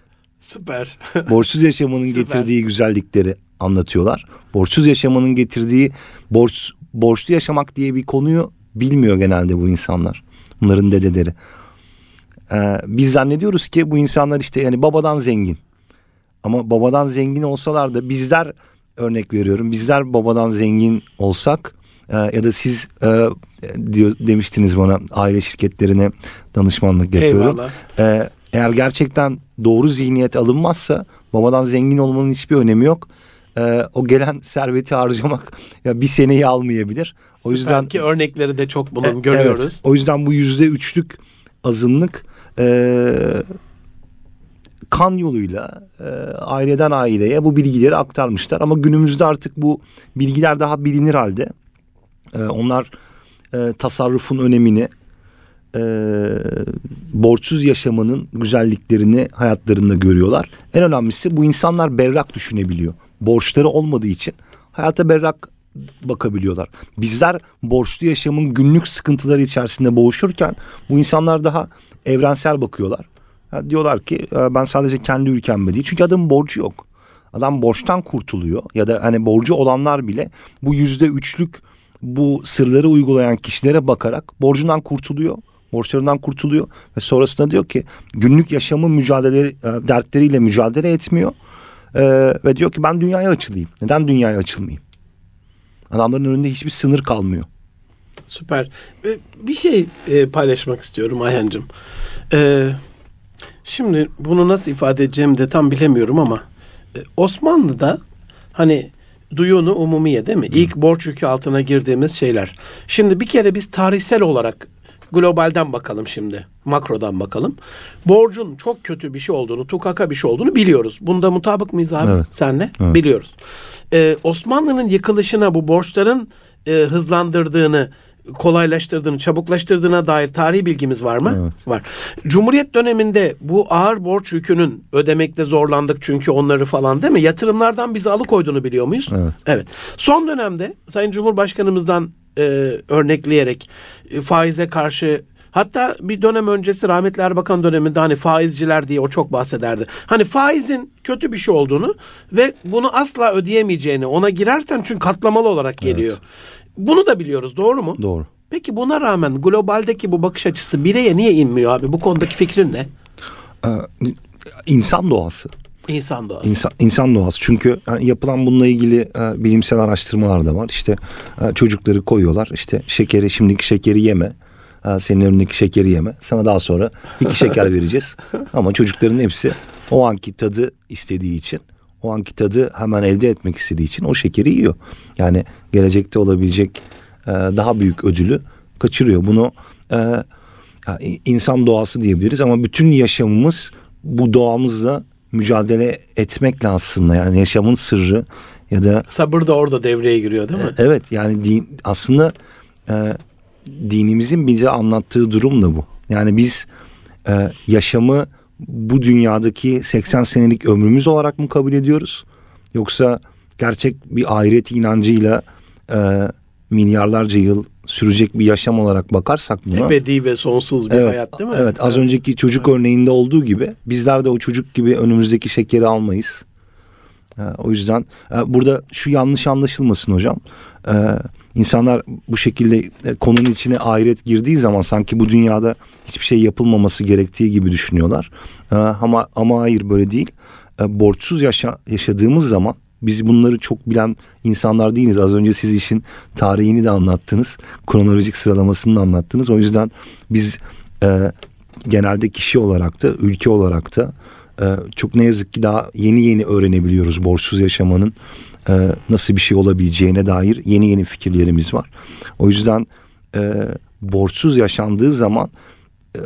Süper. Borçsuz yaşamanın Süper. getirdiği güzellikleri anlatıyorlar. Borçsuz yaşamanın getirdiği borç borçlu yaşamak diye bir konuyu bilmiyor genelde bu insanlar. Bunların dedeleri. Ee, biz zannediyoruz ki bu insanlar işte yani babadan zengin. Ama babadan zengin olsalar da bizler, örnek veriyorum, bizler babadan zengin olsak e, ya da siz e, diyor demiştiniz bana, aile şirketlerine danışmanlık yapıyorum. E, eğer gerçekten doğru zihniyet alınmazsa babadan zengin olmanın hiçbir önemi yok. E, o gelen serveti harcamak ya bir seneyi almayabilir. O Süper yüzden ki örnekleri de çok bunun e, görüyoruz. Evet, o yüzden bu yüzde üçlük azınlık e, kan yoluyla e, aileden aileye bu bilgileri aktarmışlar. Ama günümüzde artık bu bilgiler daha bilinir halde. E, onlar e, tasarrufun önemini, e, borçsuz yaşamanın güzelliklerini hayatlarında görüyorlar. En önemlisi bu insanlar berrak düşünebiliyor. Borçları olmadığı için hayata berrak bakabiliyorlar. Bizler borçlu yaşamın günlük sıkıntıları içerisinde boğuşurken bu insanlar daha evrensel bakıyorlar. Yani diyorlar ki ben sadece kendi ülkemde değil. Çünkü adamın borcu yok. Adam borçtan kurtuluyor. Ya da hani borcu olanlar bile bu yüzde üçlük bu sırları uygulayan kişilere bakarak borcundan kurtuluyor. Borçlarından kurtuluyor. Ve sonrasında diyor ki günlük yaşamın mücadele dertleriyle mücadele etmiyor. Ee, ve diyor ki ben dünyaya açılayım. Neden dünyaya açılmayayım? Adamların önünde hiçbir sınır kalmıyor. Süper. Bir şey paylaşmak istiyorum Ayhan'cığım. Ee, şimdi bunu nasıl ifade edeceğimi de tam bilemiyorum ama Osmanlı'da hani duyunu umumiye değil mi? İlk borç yükü altına girdiğimiz şeyler. Şimdi bir kere biz tarihsel olarak globalden bakalım şimdi. Makrodan bakalım. Borcun çok kötü bir şey olduğunu, tukaka bir şey olduğunu biliyoruz. Bunda mutabık mıyız abi? Evet. Senle? Evet. Biliyoruz. Ee, Osmanlı'nın yıkılışına bu borçların e, hızlandırdığını, kolaylaştırdığını, çabuklaştırdığına dair tarihi bilgimiz var mı? Evet. Var. Cumhuriyet döneminde bu ağır borç yükünün ödemekte zorlandık çünkü onları falan değil mi? Yatırımlardan bizi alıkoyduğunu biliyor muyuz? Evet. Evet. Son dönemde Sayın Cumhurbaşkanımızdan e, örnekleyerek e, faize karşı, hatta bir dönem öncesi rahmetli Erbakan döneminde hani faizciler diye o çok bahsederdi. Hani faizin kötü bir şey olduğunu ve bunu asla ödeyemeyeceğini, ona girersen çünkü katlamalı olarak geliyor. Evet. Bunu da biliyoruz, doğru mu? Doğru. Peki buna rağmen globaldeki bu bakış açısı bireye niye inmiyor abi? Bu konudaki fikrin ne? Ee, insan doğası. İnsan doğası. İnsan, insan doğası. Çünkü yani yapılan bununla ilgili e, bilimsel araştırmalar da var. İşte e, çocukları koyuyorlar. İşte şekeri, şimdiki şekeri yeme. E, senin önündeki şekeri yeme. Sana daha sonra iki şeker vereceğiz. Ama çocukların hepsi o anki tadı istediği için, o anki tadı hemen elde etmek istediği için o şekeri yiyor. Yani gelecekte olabilecek e, daha büyük ödülü kaçırıyor. Bunu e, yani insan doğası diyebiliriz ama bütün yaşamımız bu doğamızla mücadele etmekle aslında, yani yaşamın sırrı ya da sabır da orada devreye giriyor değil mi? E, evet yani din, aslında e, dinimizin bize anlattığı durum da bu. Yani biz e, yaşamı bu dünyadaki seksen senelik ömrümüz olarak mı kabul ediyoruz? Yoksa gerçek bir ahiret inancıyla e, milyarlarca yıl sürecek bir yaşam olarak bakarsak buna. Ebedi ve sonsuz bir evet, hayat değil mi? Evet, az evet. önceki çocuk evet. örneğinde olduğu gibi bizler de o çocuk gibi önümüzdeki şekeri almayız. E, o yüzden e, burada şu yanlış anlaşılmasın hocam. E, insanlar bu şekilde e, konunun içine ahiret girdiği zaman sanki bu dünyada hiçbir şey yapılmaması gerektiği gibi düşünüyorlar. E, ama ama hayır, böyle değil. E, borçsuz yaşa, yaşadığımız zaman biz bunları çok bilen insanlar değiliz. Az önce siz işin tarihini de anlattınız. Kronolojik sıralamasını da anlattınız. O yüzden biz e, genelde kişi olarak da, ülke olarak da e, çok ne yazık ki daha yeni yeni öğrenebiliyoruz borçsuz yaşamanın e, nasıl bir şey olabileceğine dair yeni yeni fikirlerimiz var. O yüzden e, borçsuz yaşandığı zaman e,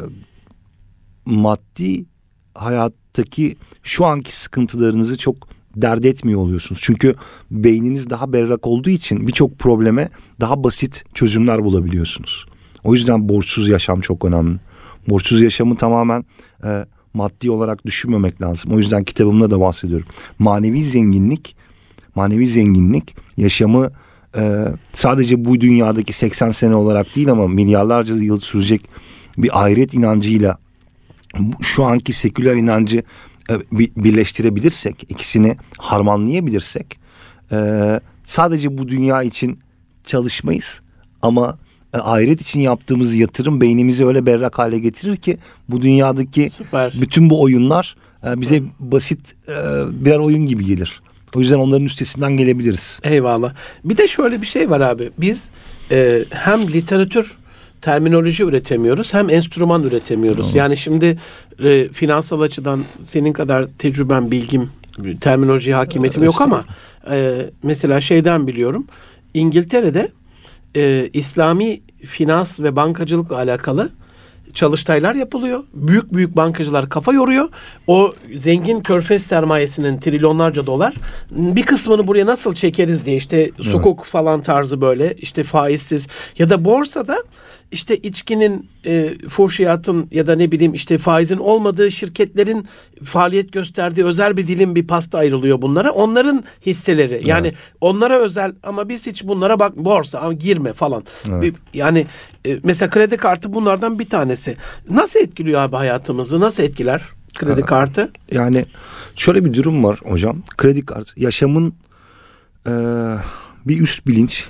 maddi hayattaki şu anki sıkıntılarınızı çok dert etmiyor oluyorsunuz. Çünkü beyniniz daha berrak olduğu için birçok probleme daha basit çözümler bulabiliyorsunuz. O yüzden borçsuz yaşam çok önemli. Borçsuz yaşamı tamamen e, maddi olarak düşünmemek lazım. O yüzden kitabımda da bahsediyorum. Manevi zenginlik, manevi zenginlik yaşamı e, sadece bu dünyadaki seksen sene olarak değil ama milyarlarca yıl sürecek bir ahiret inancıyla şu anki seküler inancı birleştirebilirsek, ikisini harmanlayabilirsek e, sadece bu dünya için çalışmayız ama e, ahiret için yaptığımız yatırım beynimizi öyle berrak hale getirir ki bu dünyadaki Süper. bütün bu oyunlar e, bize basit e, birer oyun gibi gelir. O yüzden onların üstesinden gelebiliriz. Eyvallah. Bir de şöyle bir şey var abi. Biz e, hem literatür terminoloji üretemiyoruz hem enstrüman üretemiyoruz. Doğru. Yani şimdi e, finansal açıdan senin kadar tecrüben, bilgim, terminoloji hakimiyetim yok ama e, mesela şeyden biliyorum. İngiltere'de e, İslami finans ve bankacılıkla alakalı çalıştaylar yapılıyor. Büyük büyük bankacılar kafa yoruyor. O zengin körfez sermayesinin trilyonlarca dolar bir kısmını buraya nasıl çekeriz diye işte sukuk evet. falan tarzı böyle işte faizsiz ya da borsada işte içkinin, e, fuhşiyatın ya da ne bileyim işte faizin olmadığı şirketlerin faaliyet gösterdiği özel bir dilim bir pasta ayrılıyor bunlara. Onların hisseleri yani evet. onlara özel ama biz hiç bunlara bak borsa ama girme falan. Evet. Bir, yani e, mesela kredi kartı bunlardan bir tanesi. Nasıl etkiliyor abi hayatımızı? Nasıl etkiler kredi kartı? Yani şöyle bir durum var hocam. Kredi kartı yaşamın e, bir üst bilinç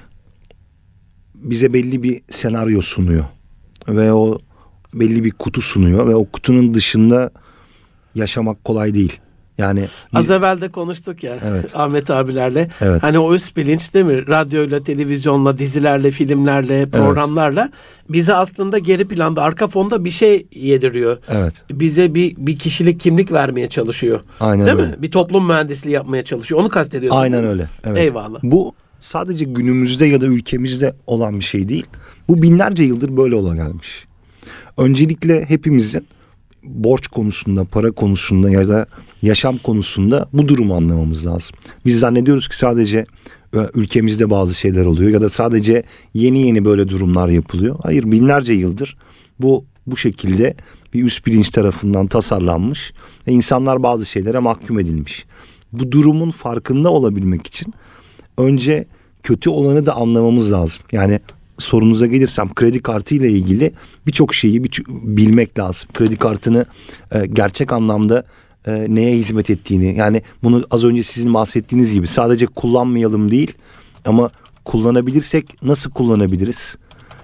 bize belli bir senaryo sunuyor ve o belli bir kutu sunuyor ve o kutunun dışında yaşamak kolay değil. Yani az biz... evvel de konuştuk ya evet. Ahmet abilerle. Evet. Hani o üst bilinç değil mi? Radyoyla, televizyonla, dizilerle, filmlerle, programlarla evet. bize aslında geri planda, arka fonda bir şey yediriyor. Evet. Bize bir bir kişilik kimlik vermeye çalışıyor. Aynen değil öyle. mi? Bir toplum mühendisliği yapmaya çalışıyor. Onu kastediyorsun. Aynen öyle. Evet. Eyvallah. Bu sadece günümüzde ya da ülkemizde olan bir şey değil. Bu binlerce yıldır böyle ola gelmiş. Öncelikle hepimizin borç konusunda, para konusunda ya da yaşam konusunda bu durumu anlamamız lazım. Biz zannediyoruz ki sadece ülkemizde bazı şeyler oluyor ya da sadece yeni yeni böyle durumlar yapılıyor. Hayır, binlerce yıldır bu bu şekilde bir üst bilinç tarafından tasarlanmış ve insanlar bazı şeylere mahkum edilmiş. Bu durumun farkında olabilmek için önce kötü olanı da anlamamız lazım. Yani sorunuza gelirsem kredi kartı ile ilgili birçok şeyi bir, bilmek lazım. Kredi kartını e, gerçek anlamda e, neye hizmet ettiğini, yani bunu az önce sizin bahsettiğiniz gibi sadece kullanmayalım değil ama kullanabilirsek nasıl kullanabiliriz?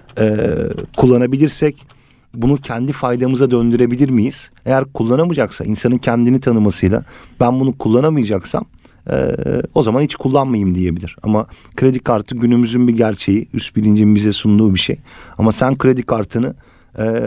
E, kullanabilirsek bunu kendi faydamıza döndürebilir miyiz? Eğer kullanamayacaksa, insanın kendini tanımasıyla ben bunu kullanamayacaksam Ee, o zaman hiç kullanmayayım diyebilir. Ama kredi kartı günümüzün bir gerçeği, üst bilincin bize sunduğu bir şey. Ama sen kredi kartını e,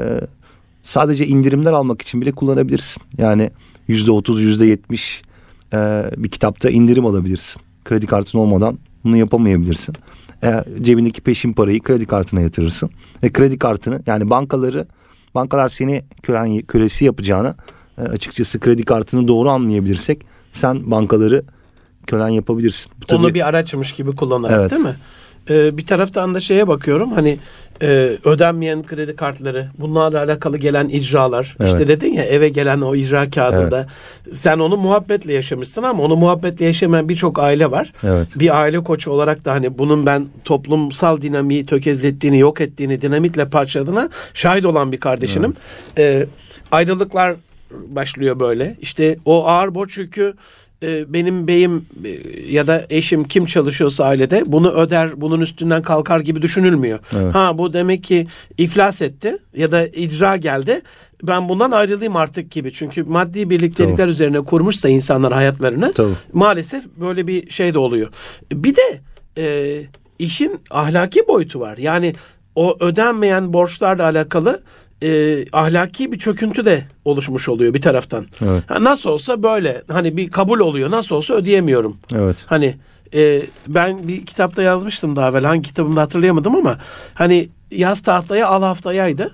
sadece indirimler almak için bile kullanabilirsin. Yani yüzde otuz, yüzde yetmiş e, bir kitapta indirim alabilirsin. Kredi kartın olmadan bunu yapamayabilirsin. E, cebindeki peşin parayı kredi kartına yatırırsın. Ve kredi kartını, yani bankaları, bankalar seni kölen, kölesi yapacağına e, açıkçası kredi kartını doğru anlayabilirsek sen bankaları kölen yapabilirsin. Bu Onu tabii... bir araçmış gibi kullanarak evet. değil mi? Ee, bir taraftan da şeye bakıyorum, hani e, ödenmeyen kredi kartları, bunlarla alakalı gelen icralar. Evet. İşte dedin ya, eve gelen o icra kağıdında evet. sen onu muhabbetle yaşamışsın ama onu muhabbetle yaşamayan birçok aile var. Evet. Bir aile koçu olarak da hani bunun ben toplumsal dinamiği tökezlettiğini, yok ettiğini, dinamitle parçaladığına şahit olan bir kardeşinim. Evet. Ee, ayrılıklar başlıyor böyle. İşte o ağır borç yükü benim beyim ya da eşim kim çalışıyorsa ailede bunu öder, bunun üstünden kalkar gibi düşünülmüyor. Evet. Ha, bu demek ki iflas etti ya da icra geldi, ben bundan ayrılayım artık gibi. Çünkü maddi birliktelikler tamam. üzerine kurmuşsa insanlar hayatlarını tamam. maalesef böyle bir şey de oluyor. Bir de e, işin ahlaki boyutu var. Yani o ödenmeyen borçlarla alakalı E, ahlaki bir çöküntü de oluşmuş oluyor bir taraftan. Evet. Ha, nasıl olsa böyle hani bir kabul oluyor. Nasıl olsa ödeyemiyorum. Evet. Hani e, ben bir kitapta yazmıştım daha evvel. Hangi kitabımda hatırlayamadım ama hani yaz tahtaya al haftayaydı.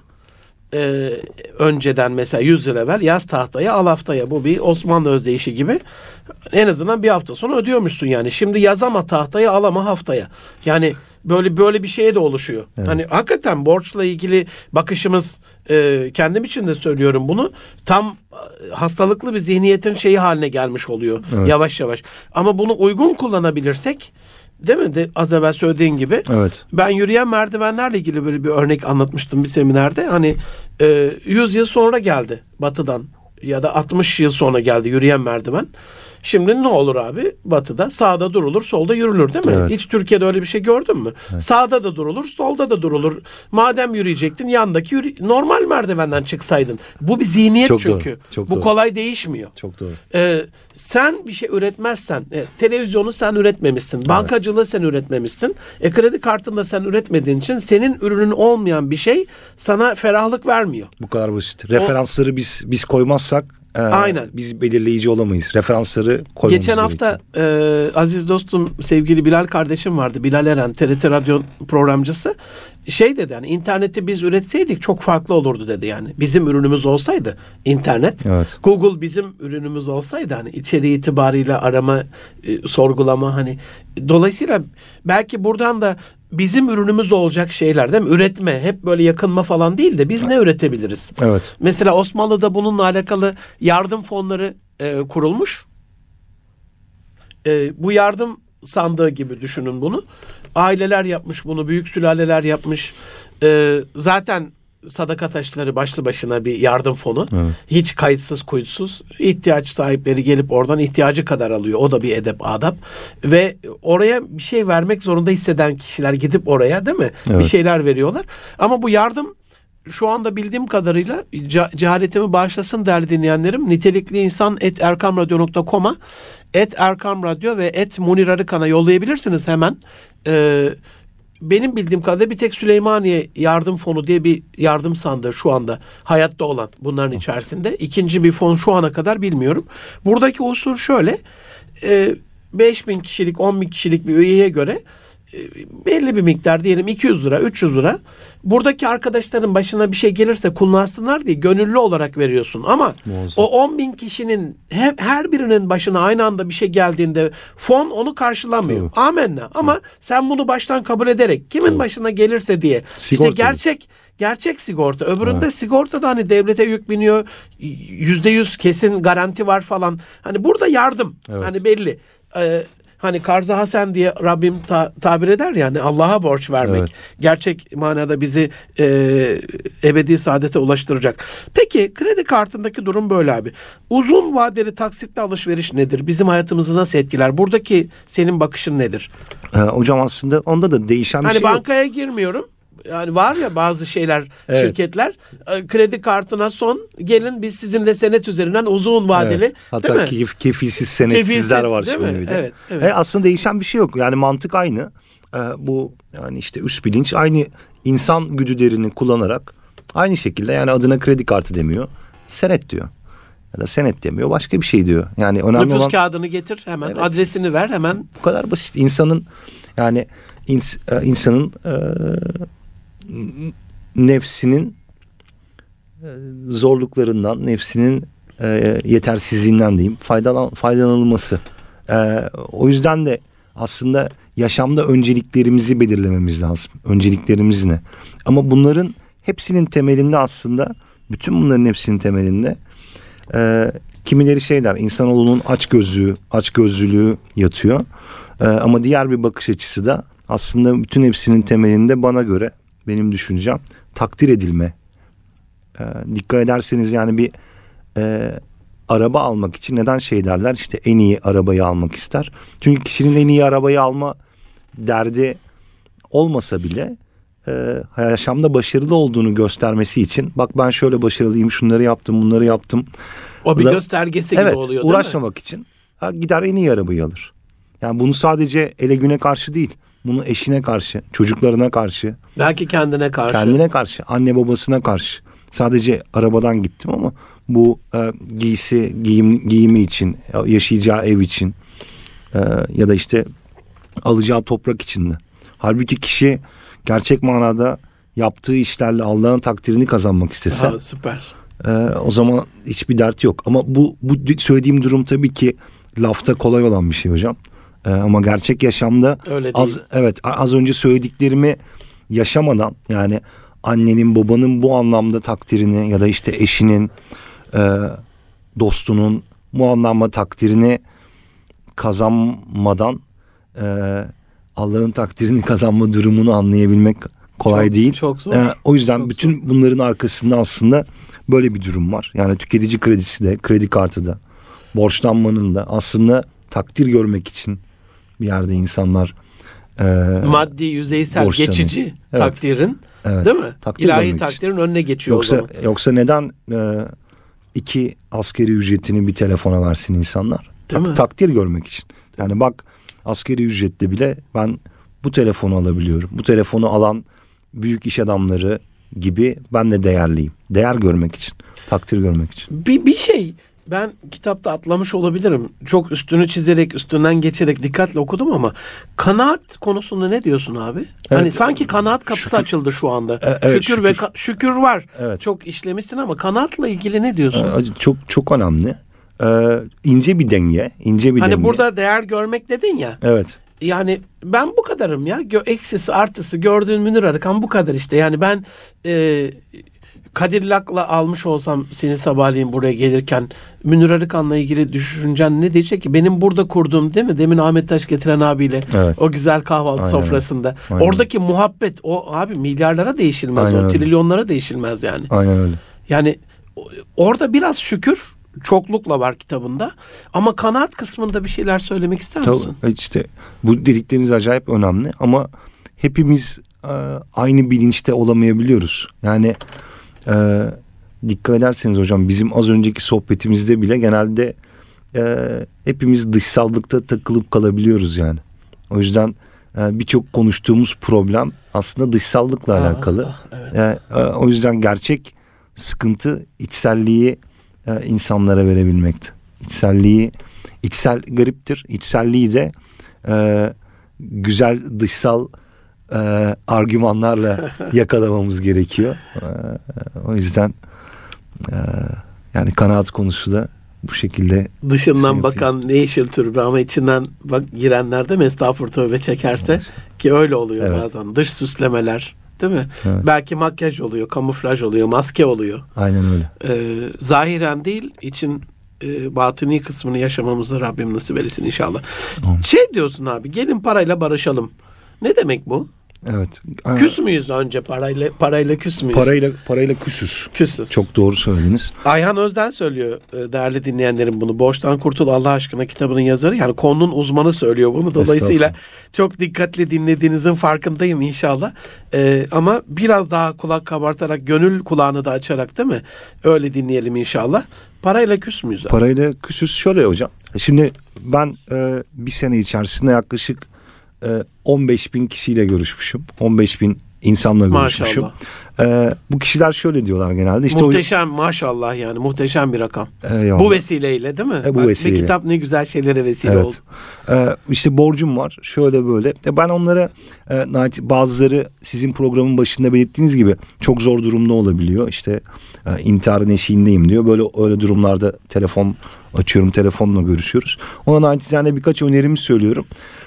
E, önceden mesela yüz yıl evvel yaz tahtaya al haftaya. Bu bir Osmanlı özdeyişi gibi. En azından bir hafta sonra ödüyormuşsun yani. Şimdi yazama tahtaya, alama haftaya. Yani böyle böyle bir şeye de oluşuyor. Evet. Hani hakikaten borçla ilgili bakışımız, e, kendim için de söylüyorum bunu, tam hastalıklı bir zihniyetin şeyi haline gelmiş oluyor evet. yavaş yavaş. Ama bunu uygun kullanabilirsek, değil mi? De, az evvel söylediğin gibi. Evet. Ben yürüyen merdivenlerle ilgili böyle bir örnek anlatmıştım bir seminerde. Hani e, yüz yıl sonra geldi batıdan. ya da altmış yıl sonra geldi yürüyen merdiven. Şimdi ne olur abi? Batı'da sağda durulur, solda yürülür değil mi? Evet. Hiç Türkiye'de öyle bir şey gördün mü? Evet. Sağda da durulur, solda da durulur. Madem yürüyecektin yandaki yürü... normal merdivenden çıksaydın. Bu bir zihniyet Çok çünkü. doğru, çok Bu doğru. kolay değişmiyor. Çok doğru. Ee, sen bir şey üretmezsen, e, televizyonu sen üretmemişsin, bankacılığı evet. sen üretmemişsin, e, kredi kartını da sen üretmediğin için senin ürünün olmayan bir şey sana ferahlık vermiyor. Bu kadar basit. Referansları o, biz biz koymazsak e, aynen. biz belirleyici olamayız. Referansları koymamız Geçen hafta e, aziz dostum sevgili Bilal kardeşim vardı. Bilal Eren, T R T Radyo programcısı. Şey dedi, yani interneti biz üretseydik çok farklı olurdu dedi yani. Bizim ürünümüz olsaydı internet, evet. Google bizim ürünümüz olsaydı hani içeriği itibariyle arama, e, sorgulama hani. Dolayısıyla belki buradan da bizim ürünümüz olacak şeyler değil mi? Üretme, hep böyle yakınma falan değil de biz ne üretebiliriz? Evet. Mesela Osmanlı'da bununla alakalı yardım fonları e, kurulmuş. E, bu yardım sandığı gibi düşünün bunu. Aileler yapmış bunu, büyük sülaleler yapmış. E, zaten sadaka taşları başlı başına bir yardım fonu. Evet. Hiç kayıtsız kuyutsuz. İhtiyaç sahipleri gelip oradan ihtiyacı kadar alıyor. O da bir edep, adap. Ve oraya bir şey vermek zorunda hisseden kişiler gidip oraya değil mi? Evet. Bir şeyler veriyorlar. Ama bu yardım şu anda bildiğim kadarıyla ce- cehaletimi bağışlasın değerli dinleyenlerim. Nitelikli insan et erkamradyo nokta com'a et erkamradyo ve et Munir Arıkan'a yollayabilirsiniz hemen. Ee, benim bildiğim kadarıyla bir tek Süleymaniye Yardım Fonu diye bir yardım sandığı şu anda hayatta olan bunların içerisinde. İkinci bir fon şu ana kadar bilmiyorum. Buradaki usul şöyle. E, beş bin kişilik, on bin kişilik bir üyeye göre e, belli bir miktar diyelim iki yüz lira, üç yüz lira. Buradaki arkadaşların başına bir şey gelirse kullansınlar diye gönüllü olarak veriyorsun. Ama Muazzam. O on bin kişinin her, her birinin başına aynı anda bir şey geldiğinde fon onu karşılamıyor. Evet. Amenna. Ama evet. sen bunu baştan kabul ederek kimin evet. başına gelirse diye sigorta işte gerçek gerçek sigorta. Öbüründe evet. sigortada hani devlete yük biniyor. Yüzde yüz kesin garanti var falan. Hani burada yardım. Evet. Hani belli. Ee, Hani Karza Hasen diye Rabbim ta- tabir eder yani Allah'a borç vermek. Evet. Gerçek manada bizi e, ebedi saadete ulaştıracak. Peki kredi kartındaki durum böyle abi. Uzun vadeli taksitli alışveriş nedir? Bizim hayatımızı nasıl etkiler? Buradaki senin bakışın nedir? Ee, hocam aslında onda da değişen bir hani şey yok. Hani bankaya girmiyorum. Yani var ya bazı şeyler, evet. şirketler kredi kartına son gelin biz sizinle senet üzerinden uzun vadeli. Evet. Hatta kef, kefilsiz senetsizler var şimdi bir de. Evet, evet. E, aslında değişen bir şey yok. Yani mantık aynı. E, bu yani işte üst bilinç aynı insan güdülerini kullanarak aynı şekilde yani adına kredi kartı demiyor. Senet diyor. Ya da senet demiyor. Başka bir şey diyor. Yani önemli Nüfus olan... kağıdını getir hemen. Evet. Adresini ver hemen. Bu kadar basit. İnsanın yani ins, insanın e, nefsinin zorluklarından, nefsinin e, yetersizliğinden diyeyim faydalan, faydalanılması. E, o yüzden de aslında yaşamda önceliklerimizi belirlememiz lazım. Önceliklerimiz ne? Ama bunların hepsinin temelinde aslında bütün bunların hepsinin temelinde e, kimileri şeyler insanoğlunun açgözlüğü, açgözlülüğü yatıyor. E, ama diğer bir bakış açısı da aslında bütün hepsinin temelinde bana göre benim düşüncem takdir edilme. Ee, dikkat ederseniz yani bir e, araba almak için neden şey derler işte en iyi arabayı almak ister. Çünkü kişinin en iyi arabayı alma derdi olmasa bile e, yaşamda başarılı olduğunu göstermesi için bak ben şöyle başarılıyım şunları yaptım bunları yaptım. O bir da, göstergesi evet, gibi oluyor değil uğraşmamak mi? için ha, gider en iyi arabayı alır. Yani bunu sadece ele güne karşı değil. Bunu eşine karşı, çocuklarına karşı. Belki kendine karşı. Kendine karşı, anne babasına karşı. Sadece arabadan gittim ama bu e, giysi, giyim, giyimi için, yaşayacağı ev için e, ya da işte alacağı toprak için de. Halbuki kişi gerçek manada yaptığı işlerle Allah'ın takdirini kazanmak istese. Ha, süper. E, o zaman hiçbir dert yok. Ama bu, bu söylediğim durum tabii ki lafta kolay olan bir şey hocam. Ee, ama gerçek yaşamda az evet az önce söylediklerimi yaşamadan yani annenin babanın bu anlamda takdirini ya da işte eşinin e, dostunun bu anlamda takdirini kazanmadan e, Allah'ın takdirini kazanma durumunu anlayabilmek Kolay çok, değil. Çok zor. Ee, o yüzden çok bütün zor. bunların arkasında aslında böyle bir durum var. Yani tüketici kredisi de, kredi kartı da, borçlanmanın da aslında takdir görmek için bir yerde insanlar e, maddi, yüzeysel, borçlanıyor. geçici Evet. takdirin, evet, değil mi? takdir İlahi takdirin için. Önüne geçiyor yoksa, o zaman. Yoksa neden e, iki askeri ücretini bir telefona versin insanlar? Tak, takdir görmek için. Yani bak, askeri ücretle bile ben bu telefonu alabiliyorum. Bu telefonu alan büyük iş adamları gibi ben de değerliyim. Değer görmek için, takdir görmek için. Bir, bir şey ben kitapta atlamış olabilirim. Çok üstünü çizerek, üstünden geçerek dikkatle okudum ama kanaat konusunda ne diyorsun abi? Evet. Hani sanki kanaat kapısı şükür. açıldı şu anda. E, evet, şükür, şükür ve ka- şükür var. Evet. Çok işlemişsin ama kanaatla ilgili ne diyorsun? E, çok çok önemli. Ee, ince bir denge, ince bir hani denge. Hani burada değer görmek dedin ya. Evet. Yani ben bu kadarım ya. Gö- eksisi artısı gördüğün Münir Arıkan bu kadar işte. Yani ben e, Kadillak'la almış olsam seni sabahleyin buraya gelirken Münir Arıkan'la ilgili düşüncen ne diyecek ki? Benim burada kurduğum, değil mi? Demin Ahmet Taş getiren abiyle evet. o güzel kahvaltı Aynen sofrasında. Aynen. Oradaki muhabbet o abi milyarlara değişilmez. Aynen o öyle. Trilyonlara değişilmez yani. Aynen öyle. Yani orada biraz şükür çoklukla var kitabında. Ama kanaat kısmında bir şeyler söylemek ister Tabii, misin? işte bu dedikleriniz acayip önemli ama hepimiz e, aynı bilinçte olamayabiliyoruz. Yani e, dikkat ederseniz hocam bizim az önceki sohbetimizde bile genelde e, hepimiz dışsallıkta takılıp kalabiliyoruz yani. O yüzden e, birçok konuştuğumuz problem aslında dışsallıkla Aa, alakalı. Evet. E, e, o yüzden gerçek sıkıntı içselliği e, insanlara verebilmekte. İçselliği, içsel gariptir. İçselliği de e, güzel dışsal e, argümanlarla yakalamamız gerekiyor. E, o yüzden e, yani kanaat konusu da bu şekilde. Dışından şey bakan ne yeşil türbe ama içinden bak girenler de mi estağfurullah tövbe çekerse evet. ki öyle oluyor evet. bazen. Dış süslemeler. Değil mi? Evet. Belki makyaj oluyor, kamuflaj oluyor, maske oluyor. Aynen öyle. Ee, zahiren değil, için e, batini kısmını yaşamamızı Rabbim nasip eylesin inşallah. Hı. Şey diyorsun abi, gelin parayla barışalım. Ne demek bu? Evet. Küs müyüz önce parayla parayla küs müyüz? Parayla parayla küsüz. Küsüz. Çok doğru söylediniz. Ayhan Özden söylüyor değerli dinleyenlerim bunu. Borçtan Kurtul Allah aşkına kitabının yazarı. Yani konunun uzmanı söylüyor bunu. Dolayısıyla çok dikkatli dinlediğinizin farkındayım inşallah. Ee, ama biraz daha kulak kabartarak, gönül kulağını da açarak değil mi? Öyle dinleyelim inşallah. Parayla küs müyüz abi? Parayla küsüz şöyle hocam. Şimdi ben e, bir sene içerisinde yaklaşık on beş bin kişiyle görüşmüşüm. on beş bin insanla görüşmüşüm. Ee, bu kişiler şöyle diyorlar genelde. İşte muhteşem o... maşallah yani muhteşem bir rakam. Eyvallah. Bu vesileyle değil mi? E, bu Bak, vesileyle. Bir kitap ne güzel şeylere vesile evet. oldu. Ee, işte borcum var. Şöyle böyle. E, ben onlara e, bazıları sizin programın başında belirttiğiniz gibi çok zor durumda olabiliyor. İşte e, intiharın eşiğindeyim diyor. Böyle öyle durumlarda telefon açıyorum. Telefonla görüşüyoruz. Ona naçizane birkaç önerimi söylüyorum.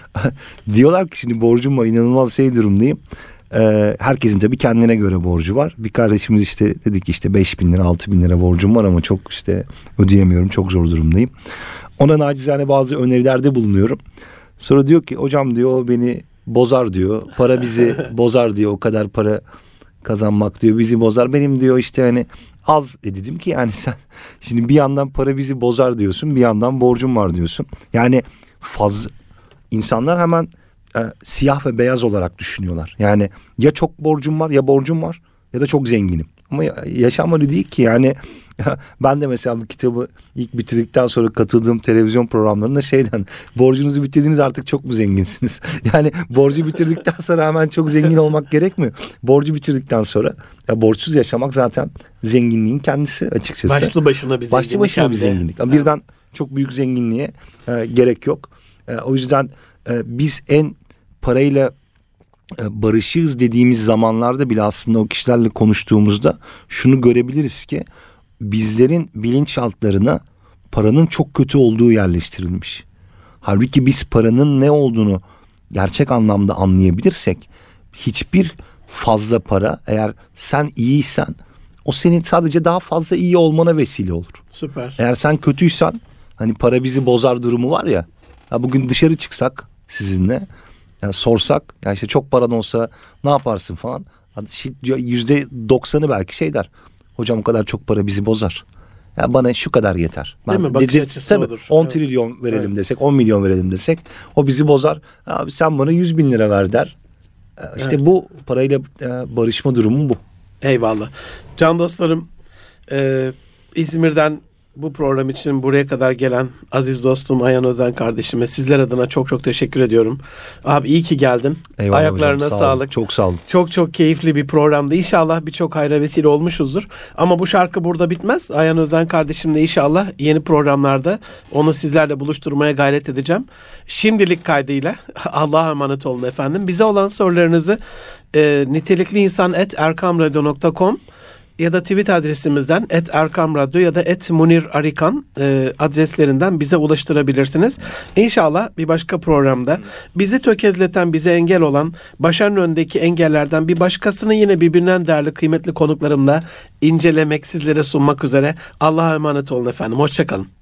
Diyorlar ki şimdi borcum var, inanılmaz şey durumdayım. Ee, herkesin tabii kendine göre borcu var. Bir kardeşimiz işte dedi ki işte beş bin lira altı bin lira borcum var ama çok işte ödeyemiyorum, çok zor durumdayım. Ona nacizane bazı önerilerde bulunuyorum. Sonra diyor ki hocam diyor o beni bozar diyor. Para bizi bozar diyor, o kadar para kazanmak diyor bizi bozar. Benim diyor işte hani az e dedim ki yani sen şimdi bir yandan para bizi bozar diyorsun, bir yandan borcum var diyorsun. Yani fazla İnsanlar hemen e, siyah ve beyaz olarak düşünüyorlar. Yani ya çok borcum var ya borcum var ya da çok zenginim. Ama yaşam öyle değil ki yani. Ben de mesela bu kitabı ilk bitirdikten sonra katıldığım televizyon programlarında şeyden borcunuzu bitirdiniz artık çok mu zenginsiniz? Yani borcu bitirdikten sonra hemen çok zengin olmak gerekmiyor. Borcu bitirdikten sonra ya borçsuz yaşamak zaten zenginliğin kendisi açıkçası. Başlı başına bir zenginlik. Başlı başına bir zenginlik. Ama birden çok büyük zenginliğe e, gerek yok. E, o yüzden e, biz en parayla e, barışığız dediğimiz zamanlarda bile aslında o kişilerle konuştuğumuzda şunu görebiliriz ki bizlerin bilinçaltlarına paranın çok kötü olduğu yerleştirilmiş. Halbuki biz paranın ne olduğunu gerçek anlamda anlayabilirsek hiçbir fazla para, eğer sen iyiysen o senin sadece daha fazla iyi olmana vesile olur. Süper. Eğer sen kötüysen hani para bizi bozar durumu var ya. Ya bugün dışarı çıksak sizinle, yani sorsak ya işte çok paran olsa ne yaparsın falan. yüzde doksanı belki şey der. Hocam o kadar çok para bizi bozar. Ya bana şu kadar yeter. Değil mi? Bakış açısı tabii, odur. on evet. trilyon verelim evet. desek, on milyon verelim desek o bizi bozar. Abi sen bana yüz bin lira ver der. İşte evet. bu parayla barışma durumu bu. Eyvallah. Can dostlarım, e, İzmir'den bu program için buraya kadar gelen aziz dostum Ayhan Özen kardeşime sizler adına çok çok teşekkür ediyorum. Abi iyi ki geldin. Eyvallah Ayaklarına hocam, sağ sağlık. Olun. Çok sağ olun. Çok çok keyifli bir programdı. İnşallah birçok hayra vesile olmuşuzdur. Ama bu şarkı burada bitmez. Ayhan Özen kardeşimle inşallah yeni programlarda onu sizlerle buluşturmaya gayret edeceğim. Şimdilik kaydıyla Allah'a emanet olun efendim. Bize olan sorularınızı e, nitelikliinsan at erkamradyo nokta com ya da tweet adresimizden et erkamradyo ya da et munirarikan e, adreslerinden bize ulaştırabilirsiniz. İnşallah bir başka programda bizi tökezleten, bize engel olan başarının önündeki engellerden bir başkasını yine birbirinden değerli, kıymetli konuklarımla incelemek, sizlere sunmak üzere. Allah'a emanet olun efendim. Hoşça kalın.